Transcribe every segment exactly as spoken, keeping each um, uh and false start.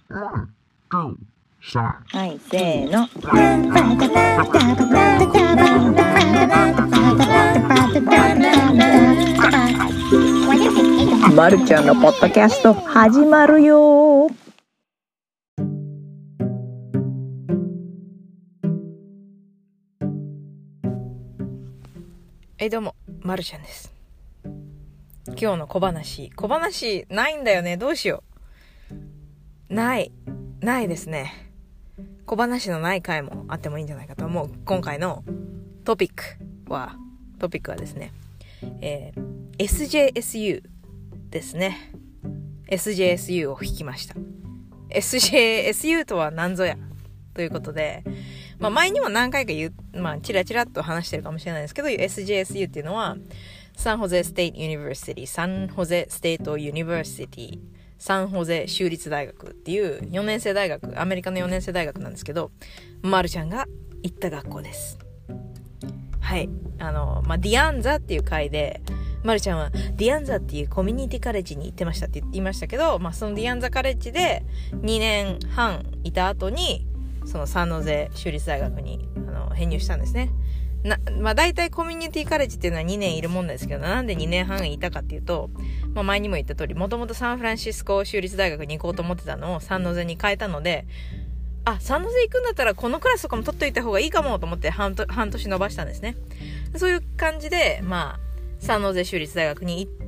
はい、せーの。まるちゃんのポッドキャスト始まるよ。 えどうも、まるちゃんです。今日の小話小話ないんだよね。どうしよう。ないないですね。小話のない回もあってもいいんじゃないかと思う。今回のトピックはトピックはですね、えー、エスジェーエスユー ですね。 エスジェーエスユー を弾きました。 エスジェーエスユー とは何ぞやということで、まあ、前にも何回か言う、まあ、チラチラっと話してるかもしれないですけど、 エスジェーエスユー っていうのはサンホゼステイトユニバーシティ、サンホゼステイトユニバーシティ、サンホゼ州立大学っていうよねん生大学、アメリカのよねん生大学なんですけど、まるちゃんが行った学校です。はい、あの、まあ、ディアンザっていう回で、まるちゃんはディアンザっていうコミュニティカレッジに行ってましたって言いましたけど、まあ、そのディアンザカレッジでにねんはんいた後に、そのサンノゼ州立大学にあの編入したんですね。な、まあ大体コミュニティカレッジっていうのはにねんいるもんですけど、なんでにねんはんいたかっていうと、まあ前にも言った通り、もともとサンフランシスコ州立大学に行こうと思ってたのをサンノゼに変えたので、あ、サンノゼ行くんだったらこのクラスとかも取っといた方がいいかもと思って半, 半年伸ばしたんですね。そういう感じで、まあサンノゼ州立大学に行って、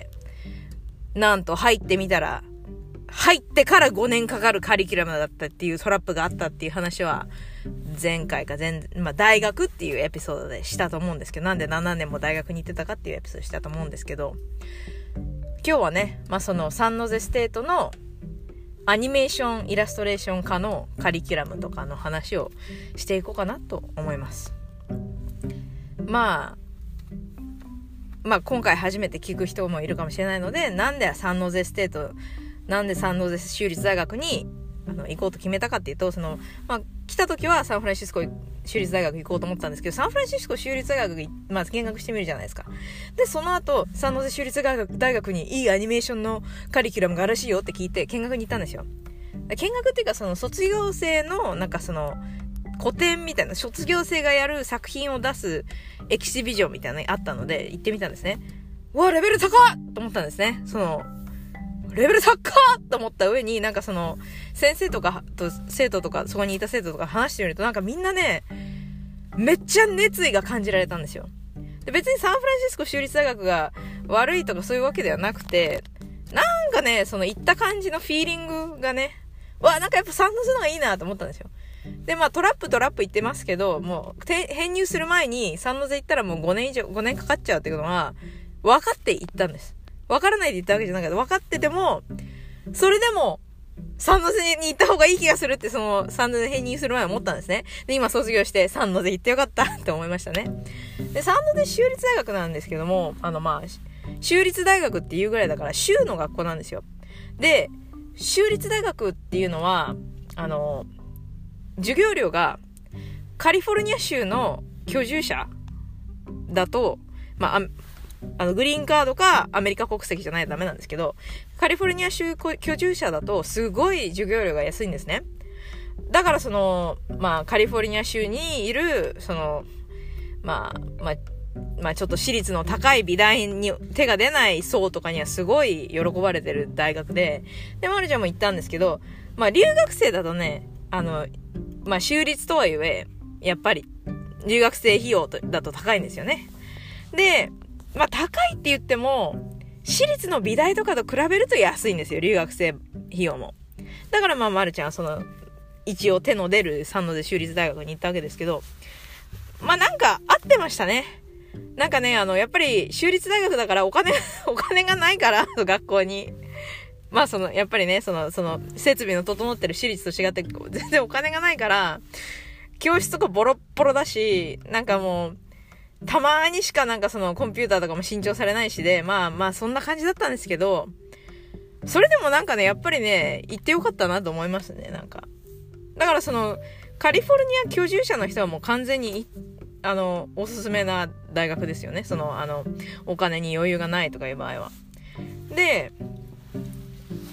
なんと入ってみたら、入ってからごねんかかるカリキュラムだったっていうトラップがあったっていう話は前回か前、まあ大学っていうエピソードでしたと思うんですけど、なんでななねんも大学に行ってたかっていうエピソードしたと思うんですけど、今日はね、まあそのサンノゼステートのアニメーションイラストレーション科のカリキュラムとかの話をしていこうかなと思います。まあまあ今回初めて聞く人もいるかもしれないので、なんでサンノゼステートなんでサンノゼ州立大学にあの行こうと決めたかっていうと、その、まあ、来た時はサンフランシスコ州立大学行こうと思ったんですけど、サンフランシスコ州立大学に、まあ、見学してみるじゃないですか。で、その後、サンノゼ州立大学、大学にいいアニメーションのカリキュラムがあるらしいよって聞いて見学に行ったんですよ。見学っていうか、その卒業生の、なんかその、個展みたいな、卒業生がやる作品を出すエキシビジョンみたいなのがあったので、行ってみたんですね。うわ、レベル高っと思ったんですね。その、レベル高っと思った上に、なんかその先生とかと生徒とか、そこにいた生徒とか話してみると、なんかみんなね、めっちゃ熱意が感じられたんですよ。で、別にサンフランシスコ州立大学が悪いとかそういうわけではなくて、なんかね、その行った感じのフィーリングがね、わ、なんかやっぱサンノゼのがいいなと思ったんですよ。で、まあトラップトラップ行ってますけど、もう編入する前にサンノゼ行ったらもうごねん以上、ごねんかかっちゃうっていうのは分かって行ったんです。分からないで言ったわけじゃなくて、分かってても、それでも、サンノゼに行った方がいい気がするって、その、サンノゼ編入する前は思ったんですね。で、今卒業して、サンノゼ行ってよかったって思いましたね。で、サンノゼ州立大学なんですけども、あの、まあ、州立大学っていうぐらいだから、州の学校なんですよ。で、州立大学っていうのは、あの、授業料が、カリフォルニア州の居住者だと、まあ、あのグリーンカードかアメリカ国籍じゃないとダメなんですけど、カリフォルニア州居住者だとすごい授業料が安いんですね。だからそのまあカリフォルニア州にいるそのまあまあまあちょっと私立の高い美大に手が出ない層とかにはすごい喜ばれてる大学で、でまるちゃんも行ったんですけど、まあ留学生だとね、あのまあ州立とはいえやっぱり留学生費用だと高いんですよね。でまあ高いって言っても私立の美大とかと比べると安いんですよ、留学生費用も。だからまあまるちゃんはその一応手の出るサンノゼ州立大学に行ったわけですけど、まあなんか合ってましたね。なんかね、あのやっぱり州立大学だからお金お金がないから学校に、まあそのやっぱりね、そのその設備の整ってる私立と違って全然お金がないから、教室とかボロッボロだし、なんかもうたまーにしかなんかそのコンピューターとかも新調されないしで、まあまあそんな感じだったんですけど、それでもなんかね、やっぱりね、行ってよかったなと思いますね、なんか。だからその、カリフォルニア居住者の人はもう完全に、あの、おすすめな大学ですよね。その、あの、お金に余裕がないとかいう場合は。で、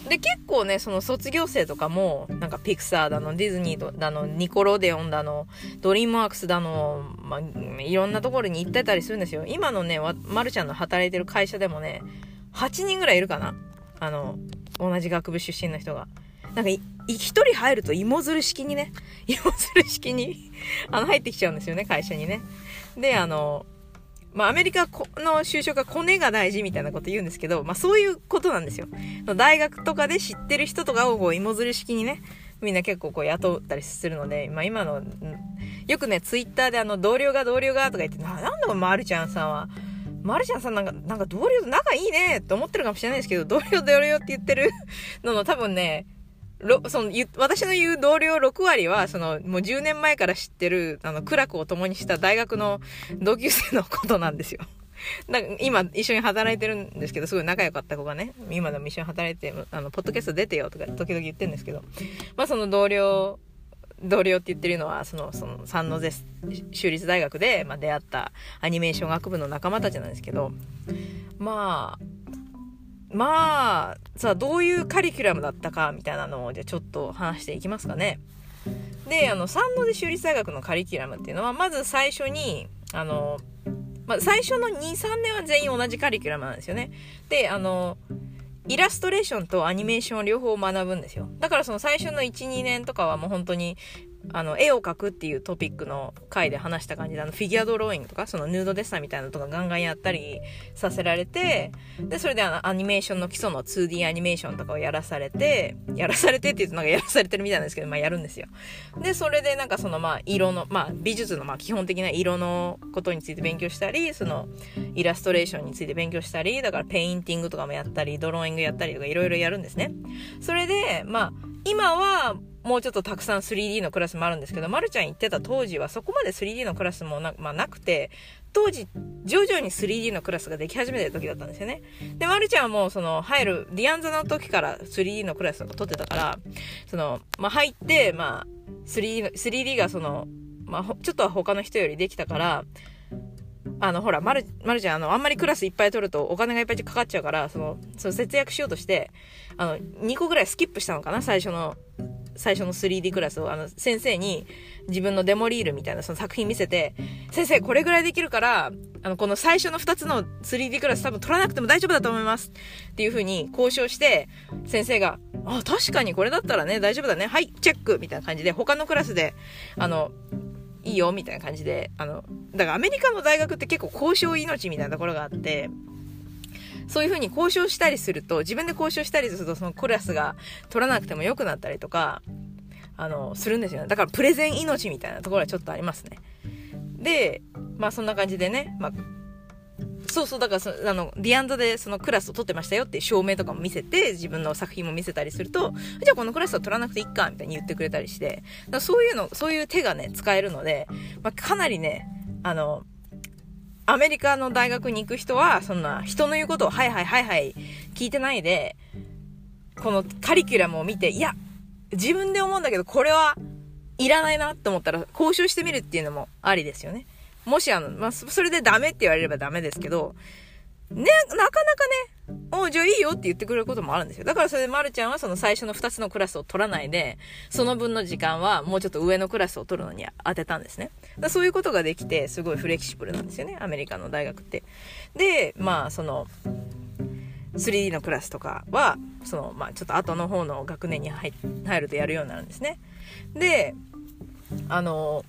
で、結構ね、その卒業生とかも、なんかピクサーだの、ディズニーだの、ニコロデオンだの、ドリームワークスだの、まあ、いろんなところに行ってたりするんですよ。今のね、まるちゃんの働いてる会社でもね、はちにんぐらいいるかな、あの、同じ学部出身の人が。なんか、一人入ると芋づる式にね、芋づる式にあの、入ってきちゃうんですよね、会社にね。で、あの、まあ、アメリカの就職はコネが大事みたいなこと言うんですけど、まあ、そういうことなんですよ。大学とかで知ってる人とかをこう芋づる式にね、みんな結構こう雇ったりするので、まあ、今の、よくね、ツイッターであの、同僚が同僚がとか言って、な、なんだまるちゃんさんは、まるちゃんさんなんか、なんか同僚と仲いいねって思ってるかもしれないですけど、同僚同僚って言ってるのの多分ね、その私の言う同僚ろくわりはそのもうじゅうねんまえから知ってるあの苦楽を共にした大学の同級生のことなんですよ。なんか今一緒に働いてるんですけど、すごい仲良かった子がね、今でも一緒に働いて、あのポッドキャスト出てよとか時々言ってるんですけど、まあその同僚同僚って言ってるのはそのそのサンノゼ州立大学で、まあ、出会ったアニメーション学部の仲間たちなんですけど、まあまあ、さあ、どういうカリキュラムだったか、みたいなのを、じゃあちょっと話していきますかね。で、あの、サンノゼ州立大学のカリキュラムっていうのは、まず最初に、あの、まあ、最初のに、さんねんは全員同じカリキュラムなんですよね。で、あの、イラストレーションとアニメーションを両方学ぶんですよ。だからその最初のいち、にねんとかはもう本当に、あの、絵を描くっていうトピックの回で話した感じで、あの、フィギュアドローイングとか、そのヌードデッサンみたいなのとかガンガンやったりさせられて、で、それであの、アニメーションの基礎の ツーディー アニメーションとかをやらされて、やらされてって言うとなんかやらされてるみたいなんですけど、まあやるんですよ。で、それでなんかそのまあ、色の、まあ、美術のまあ、基本的な色のことについて勉強したり、その、イラストレーションについて勉強したり、だからペインティングとかもやったり、ドローイングやったりとかいろいろやるんですね。それで、まあ、今は、もうちょっとたくさん スリーディー のクラスもあるんですけど、まるちゃん言ってた当時はそこまで スリーディー のクラスもな、まあ、なくて、当時、徐々に スリーディー のクラスができ始めてる時だったんですよね。で、まるちゃんはもうその入る、ディアンザの時から スリーディー のクラスとか取ってたから、その、まあ、入って、まあ、スリーディー の、スリーディー がその、まあ、ちょっとは他の人よりできたから、あの、ほら、まる、まるちゃん、あの、あんまりクラスいっぱい取るとお金がいっぱいかかっちゃうから、その、その節約しようとして、あの、にこぐらいスキップしたのかな、最初の、最初の スリーディー クラスを、あの、先生に自分のデモリールみたいなその作品見せて、先生、これぐらいできるから、あの、この最初のふたつの スリーディー クラス多分取らなくても大丈夫だと思います。っていう風に交渉して、先生が、あ、確かにこれだったらね、大丈夫だね。はい、チェックみたいな感じで、他のクラスで、あの、いいよみたいな感じで、あの、だからアメリカの大学って結構交渉命みたいなところがあって、そういう風に交渉したりすると、自分で交渉したりすると、そのクラスが取らなくても良くなったりとか、あの、するんですよね。だからプレゼン命みたいなところはちょっとありますね。で、まあそんな感じでね、まあ、そうそう、だからそあの、ディアンドでそのクラスを取ってましたよっていう証明とかも見せて、自分の作品も見せたりすると、じゃあこのクラスは取らなくていいか、みたいに言ってくれたりして、だからそういうの、そういう手がね、使えるので、まあかなりね、あの、アメリカの大学に行く人は、そんな人の言うことをはいはいはいはい聞いてないで、このカリキュラムを見て、いや、自分で思うんだけど、これはいらないなって思ったら交渉してみるっていうのもありですよね。もしあの、まあ、それでダメって言われればダメですけど、ね、なかなかね、おじゃあいいよって言ってくれることもあるんですよ。だからそれでまるちゃんはその最初のふたつのクラスを取らないで、その分の時間はもうちょっと上のクラスを取るのに当てたんですね。だそういうことができて、すごいフレキシブルなんですよね、アメリカの大学って。で、まあその、スリーディー のクラスとかは、その、まあちょっと後の方の学年に入るとやるようになるんですね。で、あの、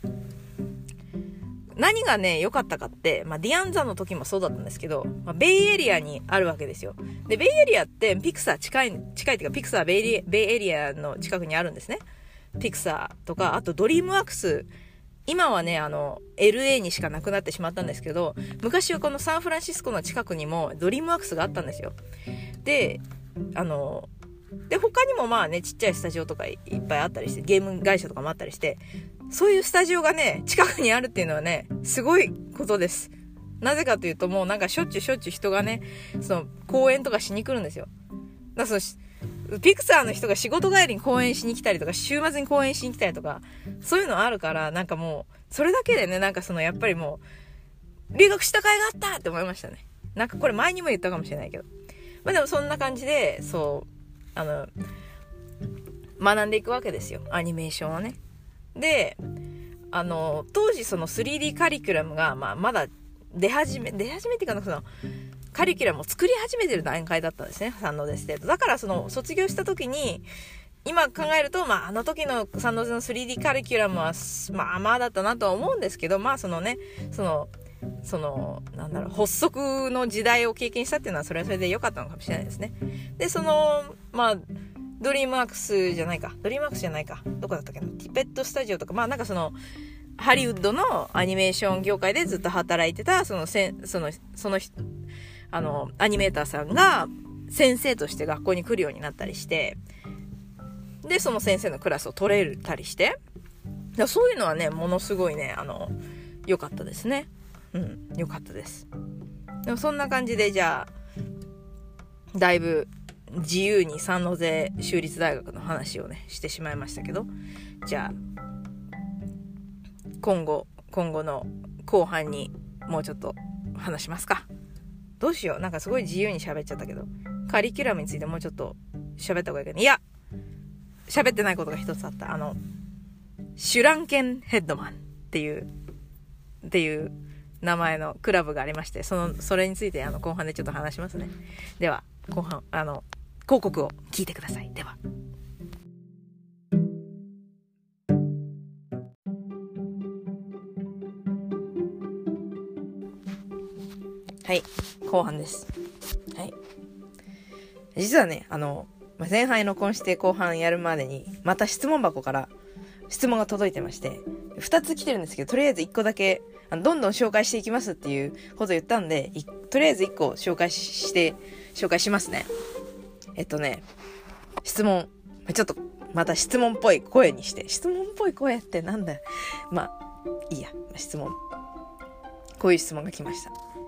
何がね、良かったかって、まあ、ディアンザの時もそうだったんですけど、まあ、ベイエリアにあるわけですよ。で、ベイエリアってピクサー近い、近いっていうか、ピクサーベイエリ、ベイエリアの近くにあるんですね。ピクサーとか、あとドリームワークス。今はね、あの、エルエー にしかなくなってしまったんですけど、昔はこのサンフランシスコの近くにもドリームワークスがあったんですよ。で、あの、で、他にもまあね、ちっちゃいスタジオとかいっぱいあったりして、ゲーム会社とかもあったりして、そういうスタジオがね、近くにあるっていうのはね、すごいことです。なぜかというと、もうなんかしょっちゅうしょっちゅう人がね、その、公演とかしに来るんですよ。だからその、ピクサーの人が仕事帰りに公演しに来たりとか、週末に公演しに来たりとか、そういうのあるから、なんかもう、それだけでね、なんかその、やっぱりもう、留学した甲斐があったって思いましたね。なんかこれ前にも言ったかもしれないけど。まあでもそんな感じで、そう、 あの、学んでいくわけですよ。アニメーションをね。で、あの、当時その スリーディー カリキュラムが、まあ、まだ出始め、出始めっていうか、その、カリキュラムを作り始めてる段階だったんですね。三ノ瀬ステート。だからその、卒業した時に、今考えると、まあ、あの時の三ノ瀬の スリーディー カリキュラムは、まあまあだったなとは思うんですけど、まあそのね、その、その、なんだろう、発足の時代を経験したっていうのは、それはそれで良かったのかもしれないですね。で、その、まあ、ドリームワークスじゃないか。ドリームワークスじゃないか。どこだったっけな。ティペットスタジオとか、まあなんかその、ハリウッドのアニメーション業界でずっと働いてた、そのせん、その、その、あの、アニメーターさんが先生として学校に来るようになったりして、で、その先生のクラスを取れたりして、だそういうのはね、ものすごいね、あの、良かったですね。うん、良かったです。でもそんな感じで、じゃあ、だいぶ自由に三ノ瀬州立大学の話をね、してしまいましたけど、じゃあ、今後、今後の後半にもうちょっと話しますか。どうしよう。なんかすごい自由に喋っちゃったけど、カリキュラムについてもうちょっと喋った方がいいかな。いや、喋ってないことが一つあった。あの、シュランケンヘッドマンっていう、っていう名前のクラブがありまして、その、それについてあの後半でちょっと話しますね。では、後半、あの、広告を聞いてください。では。はい、後半です。はい。実はね、あの、前半録音して後半やるまでに、また質問箱から質問が届いてまして、二つ来てるんですけど、とりあえず一個だけ、あのどんどん紹介していきますっていうこと言ったんで、とりあえず一個紹介しして、紹介しますね。えっとね、質問、ちょっと、また質問っぽい声にして、質問っぽい声ってなんだよ。まあ、いいや、質問。こういう質問が来ました。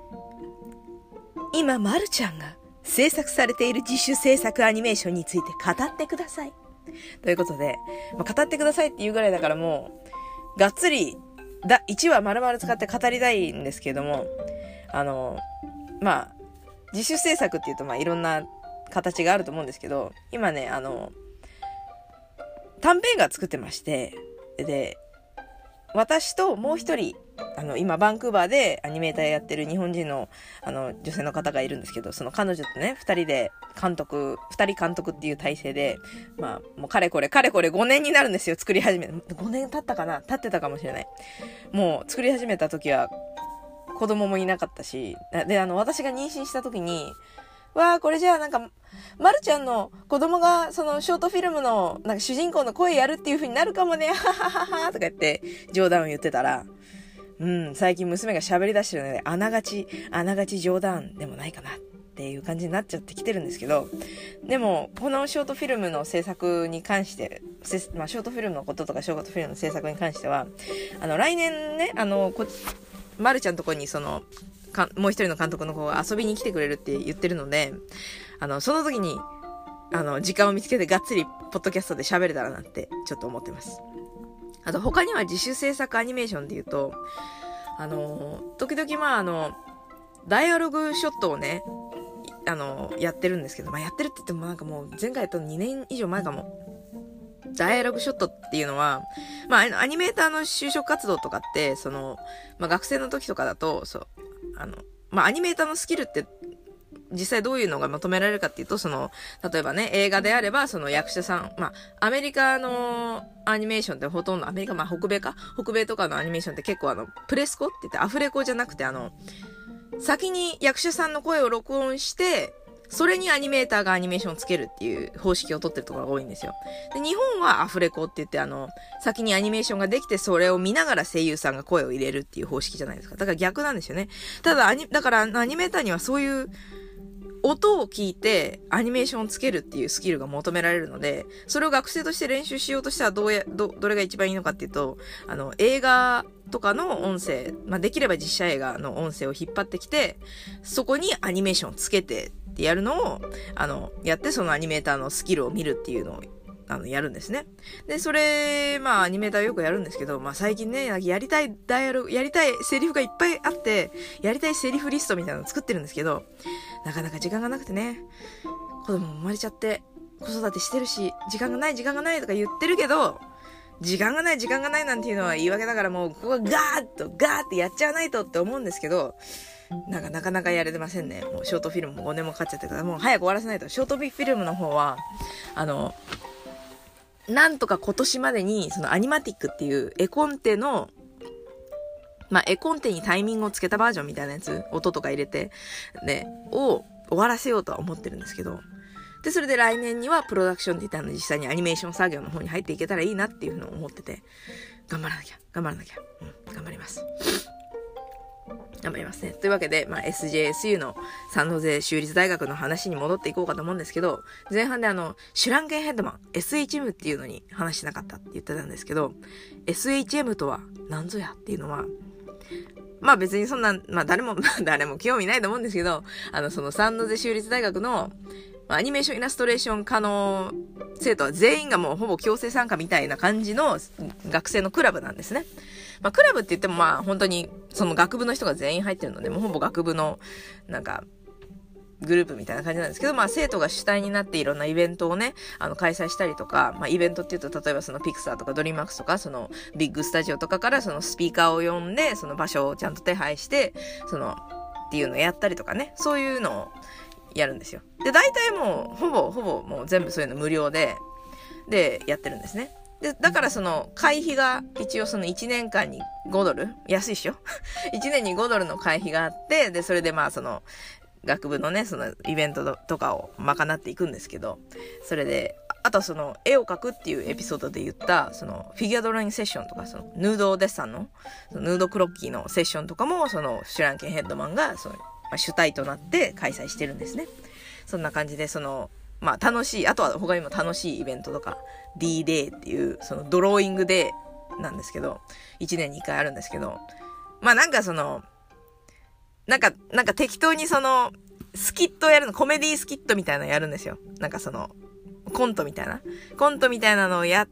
今、まるちゃんが制作されている自主制作アニメーションについて語ってください。ということで、まあ、語ってくださいっていうぐらいだからもう、がっつり、だ、いちわ丸々使って語りたいんですけども、あの、まあ、自主制作っていうと、まあ、いろんな形があると思うんですけど、今ね、あの、短編が作ってまして、で、私ともう一人、あの、今、バンクーバーでアニメーターやってる日本人の、あの、女性の方がいるんですけど、その彼女とね、二人で監督、二人監督っていう体制で、まあ、もうかれこれ、かれこれごねんになるんですよ、作り始め。ごねん経ったかな？経ってたかもしれない。もう、作り始めた時は、子供もいなかったし、で、あの、私が妊娠した時に、わあ、これじゃあなんか、まるちゃんの子供がそのショートフィルムのなんか主人公の声やるっていう風になるかもね、ははははとか言って冗談を言ってたら、うん、最近娘が喋り出してるので、あながち、あながち冗談でもないかなっていう感じになっちゃってきてるんですけど、でも、このショートフィルムの制作に関して、まあ、ショートフィルムのこととかショートフィルムの制作に関しては、あの、来年ね、あの、こ、まるちゃんのとこにその、かもう一人の監督の子が遊びに来てくれるって言ってるので、あの、その時に、あの、時間を見つけてがっつりポッドキャストで喋れたらなってちょっと思ってます。あと他には自主制作アニメーションで言うと、あの、時々まああの、ダイアログショットをね、あの、やってるんですけど、まあやってるって言ってもなんかもう前回やったのにねん以上前かも。ダイアログショットっていうのは、まあアニメーターの就職活動とかって、その、まあ学生の時とかだと、そう、あの、まあアニメーターのスキルって、実際どういうのが求められるかっていうと、その、例えばね、映画であれば、その役者さん、まあ、アメリカのアニメーションってほとんど、アメリカ、まあ、北米か北米とかのアニメーションって結構あの、プレスコって言ってアフレコじゃなくてあの、先に役者さんの声を録音して、それにアニメーターがアニメーションをつけるっていう方式を取ってるところが多いんですよ。で、日本はアフレコって言ってあの、先にアニメーションができて、それを見ながら声優さんが声を入れるっていう方式じゃないですか。だから逆なんですよね。ただアニ、だからアニメーターにはそういう、音を聞いてアニメーションをつけるっていうスキルが求められるので、それを学生として練習しようとしたらどうや、ど、どれが一番いいのかっていうと、あの、映画とかの音声、まあ、できれば実写映画の音声を引っ張ってきて、そこにアニメーションをつけてってやるのを、あの、やってそのアニメーターのスキルを見るっていうのを、あの、やるんですね。で、それ、まあ、アニメーターよくやるんですけど、まあ、最近ね、やりたいダイアログ、やりたいセリフがいっぱいあって、やりたいセリフリストみたいなのを作ってるんですけど、なかなか時間がなくてね、子供も生まれちゃって、 子育てしてるし、時間がない時間がないとか言ってるけど、時間がない時間がないなんていうのは言い訳だからもう、ここガーッとガーッてやっちゃわないとって思うんですけど、なんかなかなかやれてませんね。もうショートフィルムもごねんもかかっちゃってるから、もう早く終わらせないと。ショートフィルムの方は、あの、なんとか今年までに、そのアニマティックっていう絵コンテの、まあ、絵コンテにタイミングをつけたバージョンみたいなやつ、音とか入れて、ね、を終わらせようとは思ってるんですけど、で、それで来年にはプロダクションって言ったの実際にアニメーション作業の方に入っていけたらいいなっていうのを思ってて、頑張らなきゃ、頑張らなきゃ、うん、頑張ります。頑張りますね。というわけで、まあ、エスジェーエスユー のサンノゼ州立大学の話に戻っていこうかと思うんですけど、前半であの、シュランケンヘッドマン、エスエイチエム っていうのに話してなかったって言ってたんですけど、エスエイチエム とは何ぞやっていうのは、まあ別にそんな、まあ誰も、誰も興味ないと思うんですけど、あの、そのサンノゼ州立大学の、アニメーションイラストレーション科の生徒は全員がもうほぼ強制参加みたいな感じの学生のクラブなんですね。まあクラブって言ってもまあ本当にその学部の人が全員入ってるので、もうほぼ学部のなんかグループみたいな感じなんですけど、まあ生徒が主体になっていろんなイベントをね、あの開催したりとか、まあイベントって言うと例えばそのピクサーとかドリーマックスとかそのビッグスタジオとかからそのスピーカーを呼んで、その場所をちゃんと手配して、そのっていうのをやったりとかね、そういうのをやるんですよ。で、大体もう、ほぼ、ほぼ、もう全部そういうの無料で、で、やってるんですね。で、だからその、会費が、一応そのいちねんかんにごドル安いっしょいちねんにごドルの会費があって、で、それでまあその、学部のね、そのイベントとかを賄っていくんですけど、それで、あとはその、絵を描くっていうエピソードで言った、その、フィギュアドローイングセッションとか、その、ヌードデッサンの、そのヌードクロッキーのセッションとかも、その、シュランケンヘッドマンが、その、まあ、主体となって開催してるんですね。そんな感じで、その、まあ楽しい、あとは他にも楽しいイベントとか、D-Day っていう、そのドローイングデーなんですけど、いちねんにいっかいあるんですけど、まあなんかその、なんか、なんか適当にその、スキットやるの、コメディースキットみたいなのやるんですよ。なんかその、コントみたいな。コントみたいなのをやって、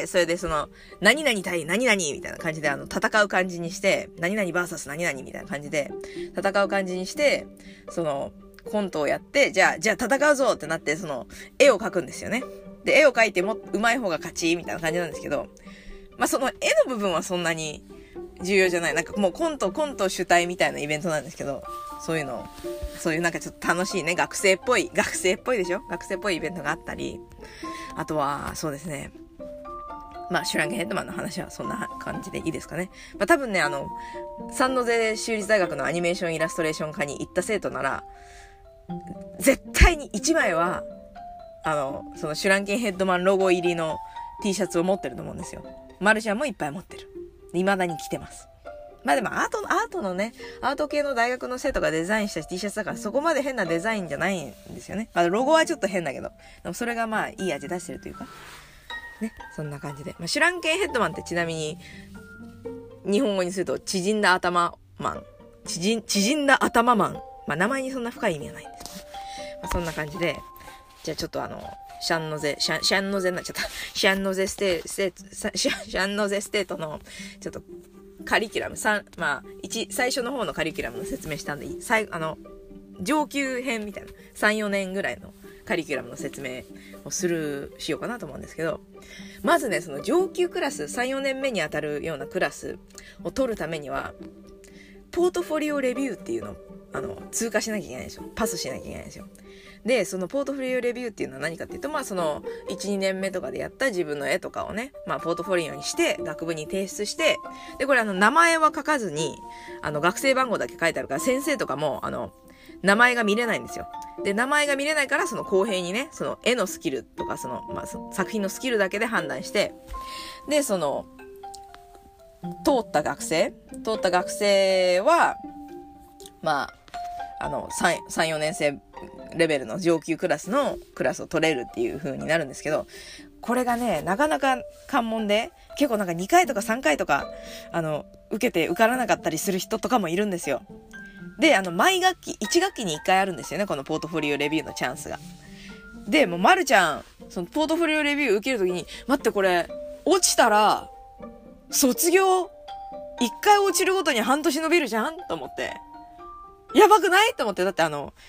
それでその、何々対何々みたいな感じで、あの、戦う感じにして、何々バーサス何々みたいな感じで、戦う感じにして、その、コントをやって、じゃあ、じゃあ戦うぞってなって、その、絵を描くんですよね。で、絵を描いても、上手い方が勝ちみたいな感じなんですけど、まあ、その絵の部分はそんなに重要じゃない。なんかもうコント、コント主体みたいなイベントなんですけど、そういうの、そういうなんかちょっと楽しいね、学生っぽい、学生っぽいでしょ？学生っぽいイベントがあったり、あとは、そうですね。まあ、シュランケンヘッドマンの話はそんな感じでいいですかね。まあ、多分ね、あの、サンノゼ州立大学のアニメーションイラストレーション科に行った生徒なら、絶対にいちまいは、あの、そのシュランケンヘッドマンロゴ入りの T シャツを持ってると思うんですよ。マルちゃんもいっぱい持ってる。未だに着てます。まあでもアート、アートのね、アート系の大学の生徒がデザインした T シャツだからそこまで変なデザインじゃないんですよね。まあロゴはちょっと変だけど、でもそれがまあいい味出してるというか、ね、そんな感じで。まあ、シュランケンヘッドマンってちなみに、日本語にすると縮んだ頭マン。縮ん、縮んだ頭マン。まあ名前にそんな深い意味はないんですけど、まあ、そんな感じで、じゃあちょっとあの、シャンノゼ、シャン、シャンノゼになっちゃった。シャンノゼステ、ステート、シャン、シャンノゼステートの、ちょっと、カリキュラム、三、まあ、一、最初の方のカリキュラムの説明したんで、最、あの、上級編みたいな、さん、よねんぐらいのカリキュラムの説明をする、しようかなと思うんですけど、まずね、その上級クラス、さん、よねんめに当たるようなクラスを取るためには、ポートフォリオレビューっていうのを、あの、通過しなきゃいけないんですよ。パスしなきゃいけないんですよ。で、そのポートフォリオレビューっていうのは何かっていうと、まあその、いち、にねんめとかでやった自分の絵とかをね、まあポートフォリオにして、学部に提出して、で、これあの、名前は書かずに、あの、学生番号だけ書いてあるから、先生とかも、あの、名前が見れないんですよ。で、名前が見れないから、その公平にね、その絵のスキルとか、その、まあ、その作品のスキルだけで判断して、で、その、通った学生通った学生は、まあ、あの、さん、よねん生レベルの上級クラスのクラスを取れるっていう風になるんですけど、これがね、なかなか関門で、結構なんかにかいとかさんかいとか、あの、受けて受からなかったりする人とかもいるんですよ。で、あの、毎学期、いち学期にいっかいあるんですよね、このポートフォリオレビューのチャンスが。で、もう、まるちゃん、その、ポートフォリオレビュー受けるときに、待って、これ、落ちたら、卒業、いっかい落ちるごとに半年伸びるじゃんと思って。やばくないと思って、だってあの、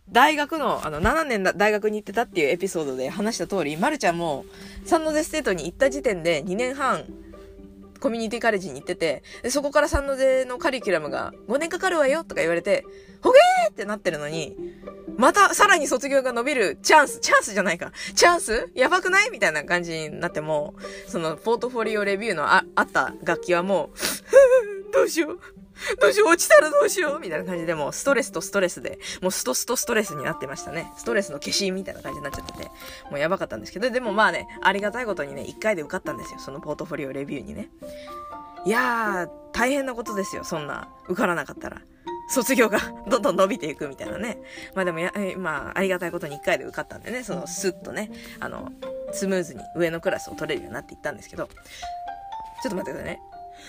大学の、あの、ななねんだ大学に行ってたっていうエピソードで話した通り、まるちゃんも、サンノゼステートに行った時点でにねんはん、コミュニティカレッジに行ってて、でそこからサンノゼのカリキュラムがごねんかかるわよとか言われて、ほげーってなってるのに、またさらに卒業が伸びるチャンス、チャンスじゃないか、チャンスやばくないみたいな感じになっても、そのポートフォリオレビューのあ、あった楽器はもう、どうしよう。どうしよう、落ちたらどうしようみたいな感じでもうストレスとストレスで、もうストストストレスになってましたね。ストレスの消しみたいな感じになっちゃってて、もうやばかったんですけど、でもまあね、ありがたいことにね、いっかいで受かったんですよ。そのポートフォリオレビューにね。いやー、大変なことですよ。そんな、受からなかったら。卒業がどんどん伸びていくみたいなね。まあでもや、まあ、ありがたいことにいっかいで受かったんでね、そのスッとね、あの、スムーズに上のクラスを取れるようになっていったんですけど、ちょっと待ってくださいね。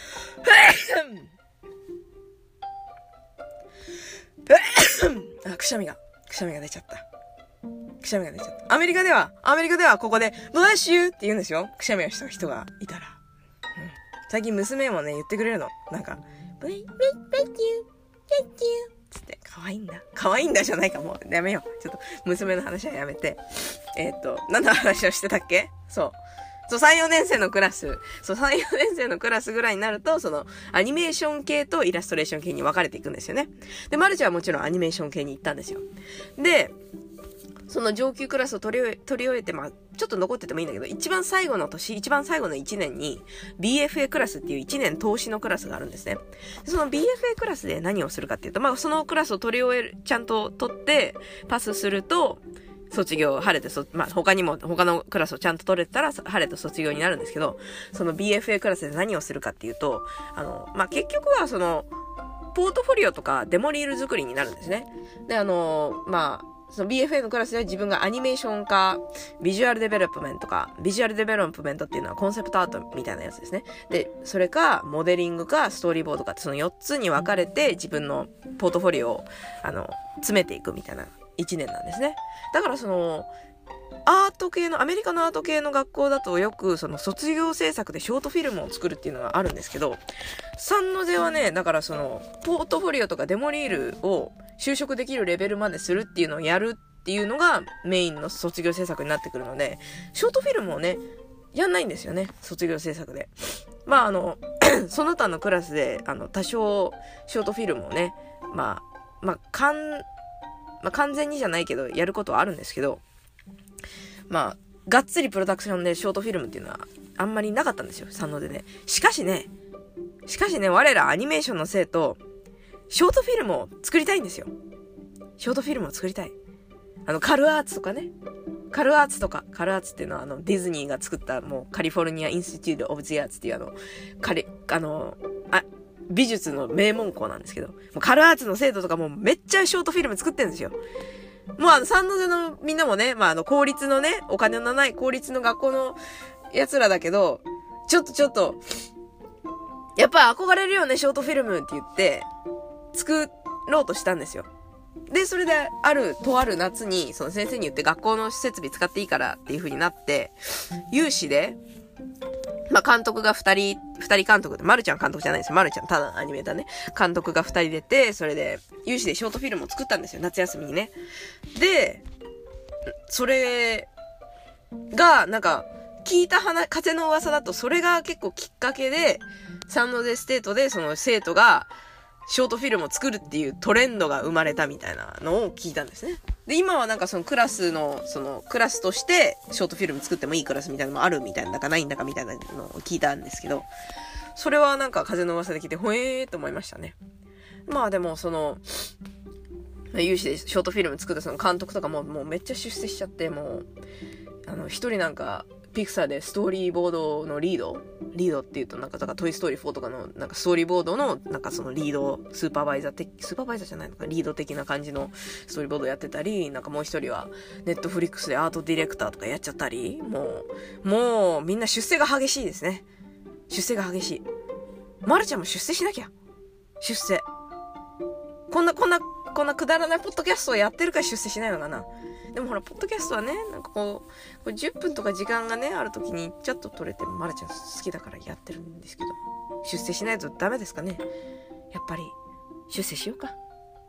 あ、くしゃみが、くしゃみが出ちゃった。くしゃみが出ちゃった。アメリカでは、アメリカではここで、bless you って言うんですよ。くしゃみをした人がいたら。うん、最近娘もね、言ってくれるの。なんか、bless you, bless you つって、可愛いんだ。可愛いんだじゃないか、もう。やめよう。ちょっと、娘の話はやめて。えー、っと、何の話をしてたっけ？そう。そう、さん、よねん生のクラス。そう、さん、よねん生のクラスぐらいになると、その、アニメーション系とイラストレーション系に分かれていくんですよね。で、マルチはもちろんアニメーション系に行ったんですよ。で、その上級クラスを取り終え、取り終えて、まあ、ちょっと残っててもいいんだけど、一番最後の年、一番最後のいちねんに、ビーエフエー クラスっていういちねん投資のクラスがあるんですね。その ビーエフエー クラスで何をするかっていうと、まあ、そのクラスを取り終える、ちゃんと取って、パスすると、卒業、晴れてそ、まあ、他にも、他のクラスをちゃんと取れたら、晴れて卒業になるんですけど、その ビーエフエー クラスで何をするかっていうと、あの、まあ、結局はその、ポートフォリオとかデモリール作りになるんですね。で、あの、まあ、その ビーエフエー のクラスでは自分がアニメーションか、ビジュアルデベロップメントか、ビジュアルデベロップメントっていうのはコンセプトアートみたいなやつですね。で、それか、モデリングか、ストーリーボードかってそのよっつに分かれて自分のポートフォリオを、あの、詰めていくみたいないちねんなんですね。だからその、アート系の、アメリカのアート系の学校だとよくその卒業制作でショートフィルムを作るっていうのがあるんですけど、サンノゼはね、だからその、ポートフォリオとかデモリールを就職できるレベルまでするっていうのをやるっていうのがメインの卒業制作になってくるので、ショートフィルムをね、やんないんですよね、卒業制作で。まああの、その他のクラスで、あの、多少、ショートフィルムをね、まあ、まあ、かん、まあ、完全にじゃないけど、やることはあるんですけど、まあ、がっつりプロダクションでショートフィルムっていうのはあんまりなかったんですよ、サンノゼでね。しかしね、しかしね、我らアニメーションの生徒、ショートフィルムを作りたいんですよ。ショートフィルムを作りたい。あの、カルアーツとかね。カルアーツとか、カルアーツっていうのはあの、ディズニーが作ったもうカリフォルニアインスティテュートオブジアーツっていうあの、カリ、あの、あ、美術の名門校なんですけど、もうカルアーツの生徒とかもうめっちゃショートフィルム作ってるんですよ。もうあの、サンノゼのみんなもね、まああの、公立のね、お金のない公立の学校の奴らだけど、ちょっとちょっと、やっぱ憧れるよね、ショートフィルムって言って、作ろうとしたんですよ。で、それで、ある、とある夏に、その先生に言って学校の設備使っていいからっていう風になって、有志で、まあ、監督が二人、二人監督で、まるちゃん監督じゃないですよ。まるちゃん、ただのアニメーターね。監督が二人出て、それで、有志でショートフィルムを作ったんですよ。夏休みにね。で、それが、なんか、聞いた話、風の噂だと、それが結構きっかけで、サンノゼステートで、その生徒が、ショートフィルムを作るっていうトレンドが生まれたみたいなのを聞いたんですね。で、今はなんかそのクラスの、そのクラスとしてショートフィルム作ってもいいクラスみたいなのもあるみたいな、だかないんだかみたいなのを聞いたんですけど、それはなんか風の噂で聞いて、ほえーと思いましたね。まあでもその、有志でショートフィルム作ったその監督とかももうめっちゃ出世しちゃって、もう、あの、一人なんか、ピクサーでストーリーボードのリードリードっていうとなんか、だからトイストーリーフォーとかのなんかストーリーボードのなんかそのリード、スーパーバイザー的、スーパーバイザーじゃないのか、リード的な感じのストーリーボードやってたり、なんかもう一人はネットフリックスでアートディレクターとかやっちゃったり、もう、もうみんな出世が激しいですね。出世が激しい。まるちゃんも出世しなきゃ。出世。こんな、こんな、こんなくだらないポッドキャストをやってるから出世しないのかな。でもほら、ポッドキャストはね、なんかこう、こうじゅっぷんとか時間がね、あるときにちょっと取れて、まるちゃん好きだからやってるんですけど、出世しないとダメですかね。やっぱり、出世しようか。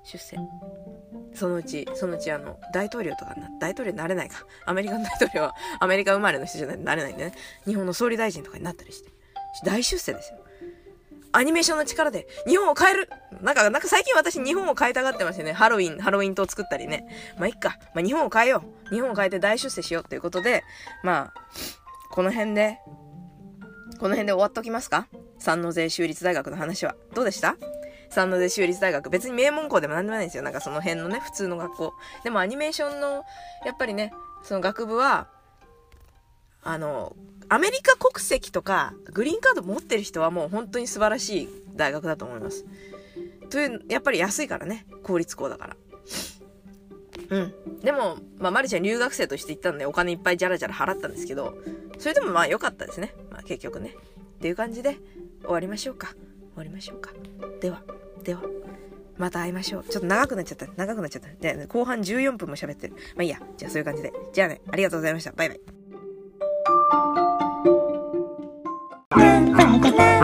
出世。そのうち、そのうちあの、大統領とかにな、大統領になれないか。アメリカの大統領はアメリカ生まれの人じゃないとなれないんでね。日本の総理大臣とかになったりして。大出世ですよ。アニメーションの力で日本を変える。なんか、なんか最近私日本を変えたがってますよね。ハロウィン、ハロウィン島作ったりね。まあ、いっか。まあ、日本を変えよう。日本を変えて大出世しようということで、まあ、この辺で、この辺で終わっときますか？三ノ瀬州立大学の話は。どうでした？三ノ瀬州立大学。別に名門校でもなんでもないんですよ。なんかその辺のね、普通の学校。でもアニメーションの、やっぱりね、その学部は、あの、アメリカ国籍とか、グリーンカード持ってる人はもう本当に素晴らしい大学だと思います。という、やっぱり安いからね。公立校だから。うん。でも、まあ、マリちゃん留学生として行ったんでお金いっぱいジャラジャラ払ったんですけど、それでもまあ良かったですね。まあ結局ね。っていう感じで終わりましょうか。終わりましょうか。では、では、また会いましょう。ちょっと長くなっちゃった。長くなっちゃった。じゃあ、後半じゅうよんぷんも喋ってる。まあいいや。じゃあそういう感じで。じゃあね、ありがとうございました。バイバイ。